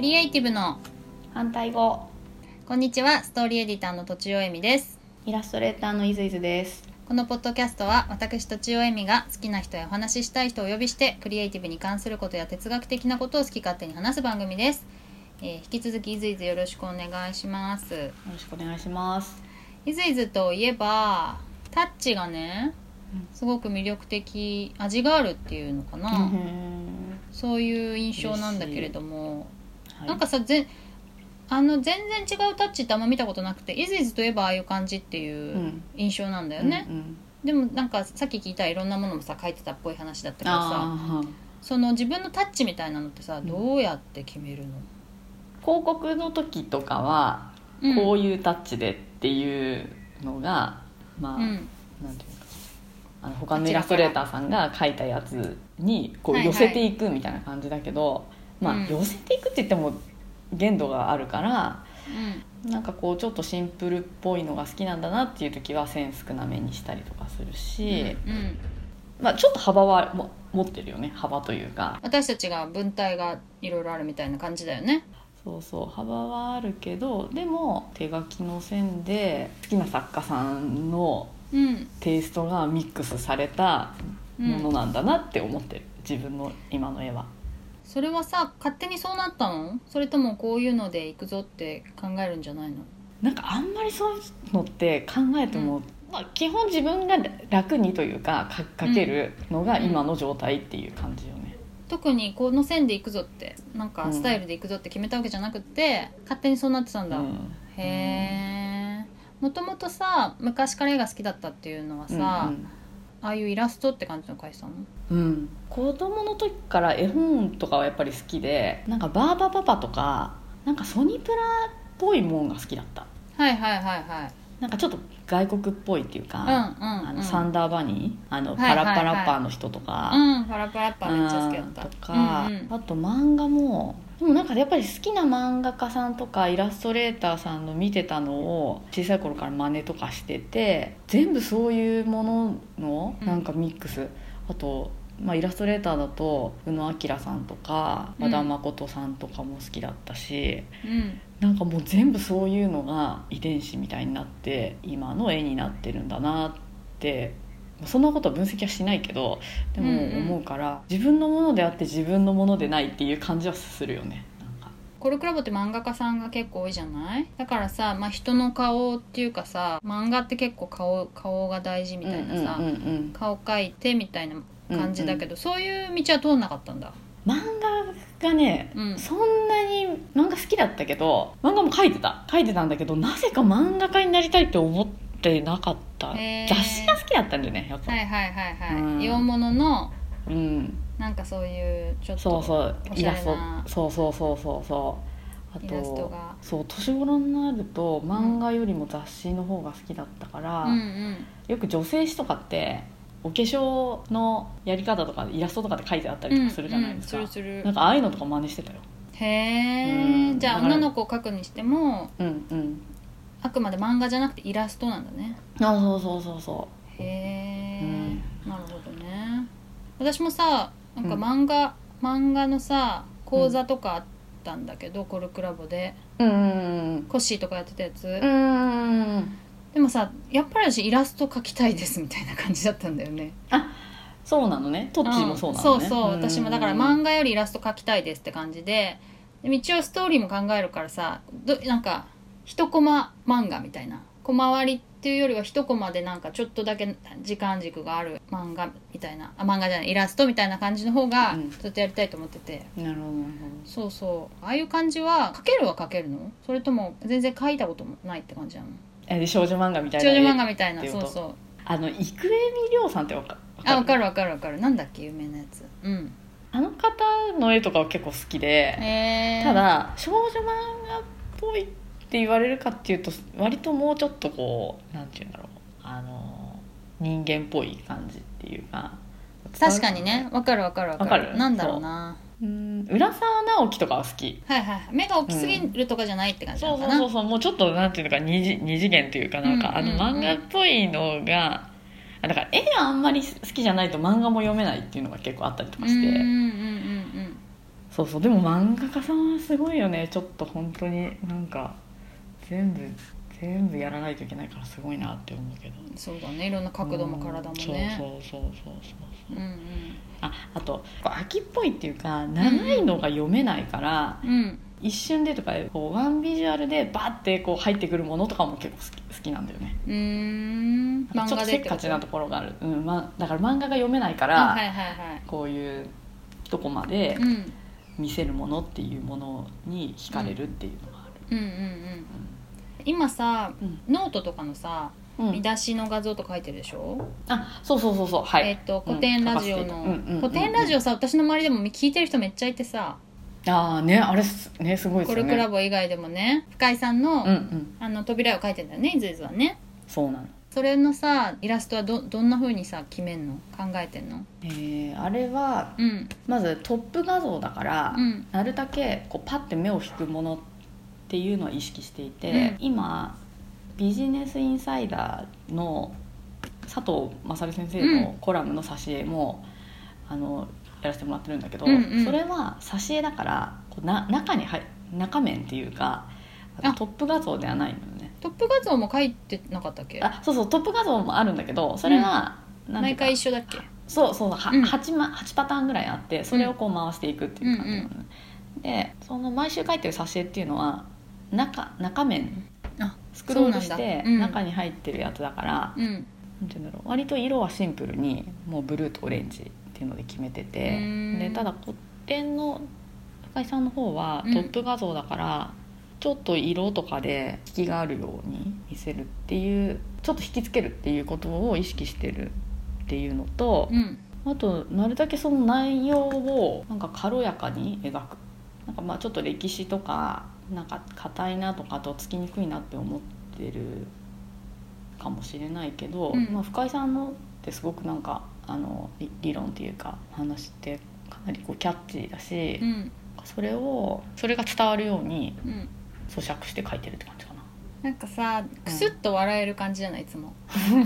クリエイティブの反対語。 こんにちは、ストーリーエディターのとちおえみです。 イラストレーターのいずいずです。 このポッドキャストは私とちおえみが好きな人やお話ししたい人をお呼びしてクリエイティブに関することや哲学的なことを好き勝手に話す番組です。引き続きいずいずよろしくお願いします。 よろしくお願いします。 いずいずといえばタッチがね、すごく魅力的、味があるっていうのかな、そういう印象なんだけれども、はい、なんかさ全然違うタッチってあんま見たことなくて、いずいずといえばああいう感じっていう印象なんだよね、でもなんかさっき聞いたいろんなものもさ書いてたっぽい話だったからさ、その自分のタッチみたいなのってさ、どうやって決めるの？ 広告の時とかはこういうタッチでっていうのが、まあ、なんていうか、他のイラストレーターさんが描いたやつにこう寄せていくみたいな感じだけど、まあ寄せていくって言っても限度があるから、なんかこうちょっとシンプルっぽいのが好きなんだなっていう時は線少なめにしたりとかするし、まあ、ちょっと幅は持ってるよね。幅というか私たちが文体がいろいろあるみたいな感じだよね。 そうそう、幅はあるけど、でも手書きの線で好きな作家さんのテイストがミックスされたものなんだなって思ってる、自分の今の絵は。 それはさ、勝手にそうなったの？それともこういうのでいくぞって考えるんじゃないの？ なんかあんまりそういうのって考えても、まあ、基本自分が楽にというか描けるのが今の状態っていう感じよね。 特にこの線でいくぞって、なんかスタイルでいくぞって決めたわけじゃなくて、勝手にそうなってたんだ、へえ。もともとさ、昔から絵が好きだったっていうのはさ、ああいうイラストって感じの描いてたの？ 子供の時から絵本とかはやっぱり好きで、なんかバーバパパとかなんかソニプラっぽいもんが好きだった。なんかちょっと外国っぽいっていうか、サンダーバニー、パラパラッパーの人とか、 パラパラッパーめっちゃ好きだった、 とか、あと漫画も、でもなんかやっぱり好きな漫画家さんとかイラストレーターさんの見てたのを小さい頃から真似とかしてて、全部そういうもののなんかミックス、あとまあ、イラストレーターだと宇野明さんとか和田誠さんとかも好きだったし、なんかもう全部そういうのが遺伝子みたいになって今の絵になってるんだなって、そんなことは分析はしないけど、でも思うから、自分のものであって自分のものでないっていう感じはするよね。なんかコルクラボって漫画家さんが結構多いじゃない？だからさ、まあ、人の顔っていうかさ、漫画って結構顔が大事みたいなさ、顔描いてみたいな感じだけど、そういう道は通んなかったんだ。 漫画がね、そんなに漫画好きだったけど、漫画も描いてたんだけど、なぜか漫画家になりたいって思ってなかった。雑誌が好きだったんだよね、やっぱ。 洋物の、なんかそういうちょっとおしゃれなそうあとイラストが、そう年頃になると漫画よりも雑誌の方が好きだったから、よく女性誌とかってお化粧のやり方とかイラストとかで書いてあったりとかするじゃないですか、なんかああいうのとか真似してたよ。 へえ、じゃあ女の子を描くにしても、あくまで漫画じゃなくてイラストなんだね。 そうへえ、なるほどね。私もさ、なんか漫画のさ講座とかあったんだけど、コルクラボで、コッシーとかやってたやつ、でもさ、やっぱり私イラスト描きたいですみたいな感じだったんだよね。 あ、そうなのね。トッチーもそうなのね。 そう私もだから漫画よりイラスト描きたいですって感じで、一応ストーリーも考えるからさ、なんか一コマ漫画みたいな、小回りっていうよりは一コマでなんかちょっとだけ時間軸がある漫画みたいな、漫画じゃない、イラストみたいな感じの方がずっとやりたいと思ってて、 なるほど。 そうああいう感じは描けるの？それとも全然描いたこともないって感じなの？ 少女漫画みたいな。 少女漫画みたいな、そうそう。 生恵美涼さんってわかる？ わかる。なんだっけ、有名なやつ。 あの方の絵とかは結構好きで、ただ少女漫画っぽいって言われるかっていうと、割ともうちょっとこう、なんていうんだろう、人間っぽい感じっていうか。 確かにね、わかる。なんだろうな。 浦沢直樹とかは好き。 目が大きすぎるとかじゃないって感じなのかな。 そうもうちょっとなんていうのか、二次元というか、なんか漫画っぽいのが、だから絵があんまり好きじゃないと漫画も読めないっていうのが結構あったりとかして、 そうそう。でも漫画家さんはすごいよね。ちょっと本当になんか全部やらないといけないからすごいなって思うけど。 そうだね、いろんな角度も体もね、 そう、 うんうん、 あと秋っぽいっていうか長いのが読めないから、 うん、 一瞬でとかこうワンビジュアルでバッてこう入ってくるものとかも結構好きなんだよね。 漫ちょっとせっかちなところがある、だから漫画が読めないから、 はいはいはい、 こういうとこまでうん見せるものっていうものに惹かれるっていうのがある。 うんうんうん、今さ、ノートとかのさ、見出しの画像とか書いてるでしょ。 そう、はい。 古典ラジオの、古典ラジオさ、私の周りでも聞いてる人めっちゃいてさ、 ね、あれね、すごいですよね。 コルクラボ以外でもね、深井さんの、扉を描いてんだよね、いずいずはね。 そうなの。 それのさイラストはどんな風にさ決めんの、考えてんの。 あれは、まずトップ画像だから、なるだけこうパッて目を引くものっていうのは意識していて、今ビジネスインサイダーの佐藤勝先生のコラムの挿絵も、やらせてもらってるんだけど、それは挿絵だからこう中面っていうかトップ画像ではないのよね。 トップ画像も書いてなかったっけ。 そうトップ画像もあるんだけど、それは、 毎回一緒だっけ。 そう 8パターンぐらいあって、それをこう回していくっていう感じなのね、でその毎週書いてる挿絵っていうのは中面スクロールして中に入ってるやつだから、なんていうんだろう、割と色はシンプルにもうブルーとオレンジっていうので決めてて、でただ古典の深井さんの方はトップ画像だから、ちょっと色とかで引きがあるように見せるっていう、ちょっと引きつけるっていうことを意識してるっていうのと、あとなるだけその内容をなんか軽やかに描く。なんかまあちょっと歴史とかなんか硬いなとかとっつきにくいなって思ってるかもしれないけど、深井さんのってすごくなんか理論っていうか話ってかなりこうキャッチーだし、それが伝わるように咀嚼して書いてるって感じかな。 なんかさクスッと笑える感じじゃない、いつも。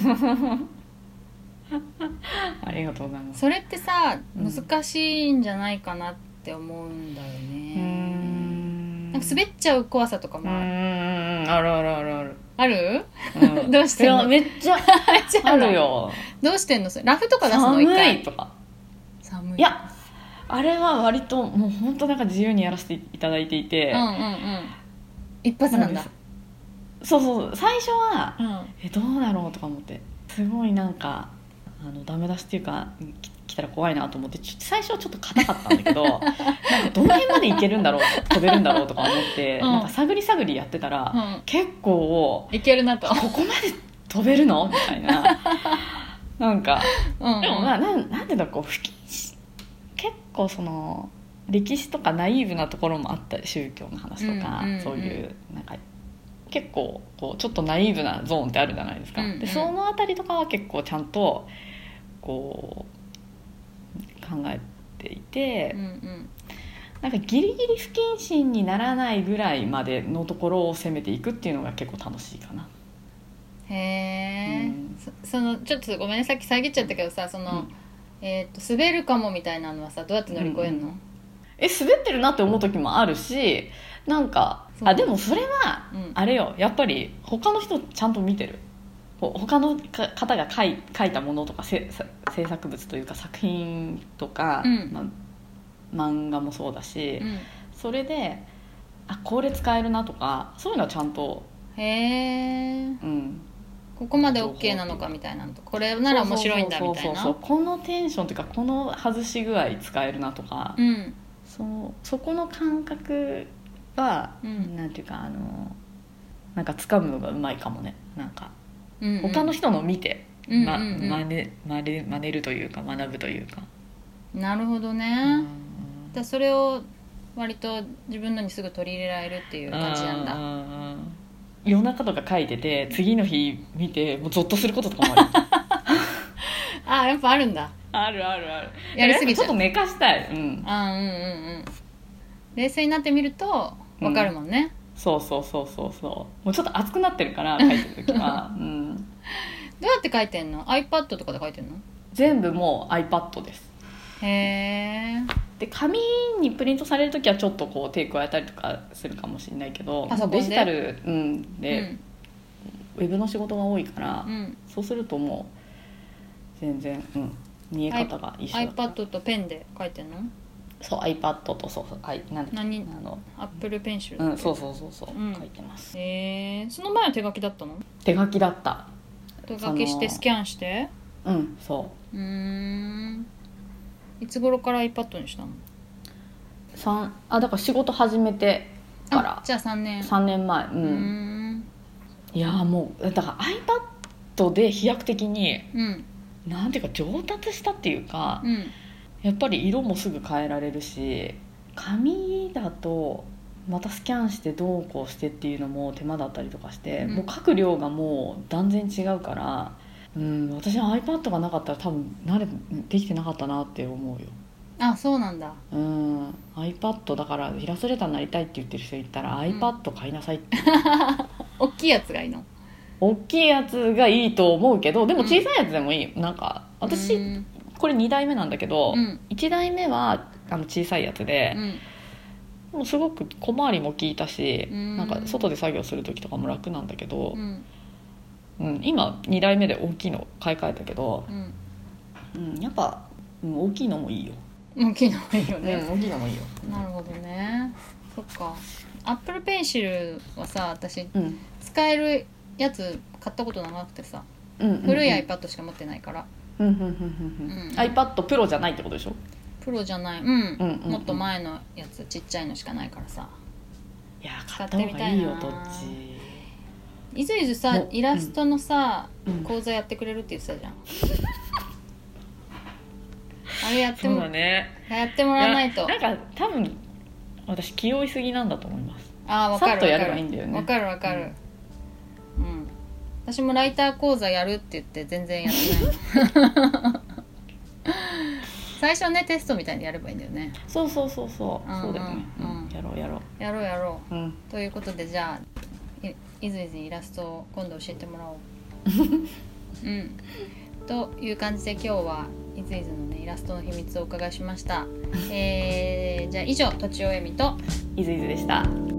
ありがとうございます。 それってさ難しいんじゃないかなって思うんだよね。なんか滑っちゃう怖さとかもある。ある、どうしてんの。 めっちゃあるよ。 どうしてんのそれ。ラフとか出すの。一回とか。 寒い。 いやあれは割ともう本当なんか自由にやらせていただいていて、 一発なんだ。 そう最初は、どうだろうとか思って、すごいなんかダメ出しっていうか来たら怖いなと思って、最初はちょっと硬かったんだけどなんかどの辺までいけるんだろう、飛べるんだろうとか思って、なんか探りやってたら、結構いけるなと、 ここまで飛べるのみたいななんか、でもなんてだこう結構その歴史とかナイーブなところもあったり、宗教の話とか、そういうなんか結構こうちょっとナイーブなゾーンってあるじゃないですか、でそのあたりとかは結構ちゃんとこう考えていて、なんかギリギリ不謹慎にならないぐらいまでのところを攻めていくっていうのが結構楽しいかな。 へえ、そのちょっとごめんね、さっき遮っちゃったけどさ、その、滑るかもみたいなのはさ、どうやって乗り越えるの？ 滑ってるなって思う時もあるし、なんかでもそれは、あれよ、やっぱり他の人ちゃんと見てる。他の方が書いたものとか制作物というか作品とか、漫画もそうだし、それでこれ使えるなとか、そういうのはちゃんと、 ここまで OK なのかみたいなのと、これなら面白いんだみたいな、 このテンションというかこの外し具合使えるなとか、そこの感覚は、なんていうかなんか掴むのがうまいかもね。なんか他の人のを見て真似るというか学ぶというか。 なるほどね。だそれを割と自分のにすぐ取り入れられるっていう感じなんだ。 夜中とか書いてて次の日見てもうゾッとすることとかもある。 やっぱあるんだ。 あるやりすぎちゃう。 ちょっと寝かしたい。 冷静になってみると分かるもんね。 そうもうちょっと熱くなってるから書いてる時はどうやって書いてんの？ iPad とかで書いてんの？ 全部もう iPad です。 へえ。 で紙にプリントされる時はちょっとこう手加えたりとかするかもしれないけど、 パソコンでデジタル、で、ウェブの仕事が多いから、そうするともう全然、見え方が一緒だ。 iPad とペンで書いてんの？ そう iPad とそうなんだっけ、 Apple Pencil、 そう、書いてます。 その前は手書きだったの？ 手書きだった。 手書きしてスキャンして？ そう。 いつ頃から iPad にしたの？ だから仕事始めてから。 じゃあ3 年前。いやもうだから iPad で飛躍的に、なんていうか上達したっていうか、やっぱり色もすぐ変えられるし、紙だとまたスキャンしてどうこうしてっていうのも手間だったりとかして、もう書く量がもう断然違うから、私は iPad がなかったら多分できてなかったなって思うよ。 あ、そうなんだ。 iPad だからイラストレーターになりたいって言ってる人いたら、iPad 買いなさいって大きいやつがいいの？ 大きいやつがいいと思うけど、でも小さいやつでもいい。なんか私これ2代目なんだけど、1代目は小さいやつで、もうすごく小回りも効いたし、なんか外で作業する時とかも楽なんだけど、今2代目で大きいの買い替えたけど、やっぱ、大きいのもいいよ。 大きいのもいいよね。 大きいのもいいよ。 なるほどね。そっか。Apple Pencil はさ、私、使えるやつ買ったことなくてさ、古い iPad しか持ってないから。 iPad Pro じゃないってことでしょ？ プロじゃない。もっと前のやつ、ちっちゃいのしかないからさ。 いや、買った方がいいよ、どっち。 いずいずさ、イラストのさ、講座やってくれるって言ってたじゃん。あれやっても、 そうだね、 やってもらわないと。 なんか多分私気負いすぎなんだと思います。 わかる。 さっとやればいいんだよね。 わかる。私もライター講座やるって言って全然やってない最初ね、テストみたいにやればいいんだよね。 そうだよね。やろう。 ということで、じゃあいずいずイラストを今度教えてもらおうという感じで、今日はいずいずのねイラストの秘密をお伺いしました。じゃあ以上、とちおえみといずいずでした。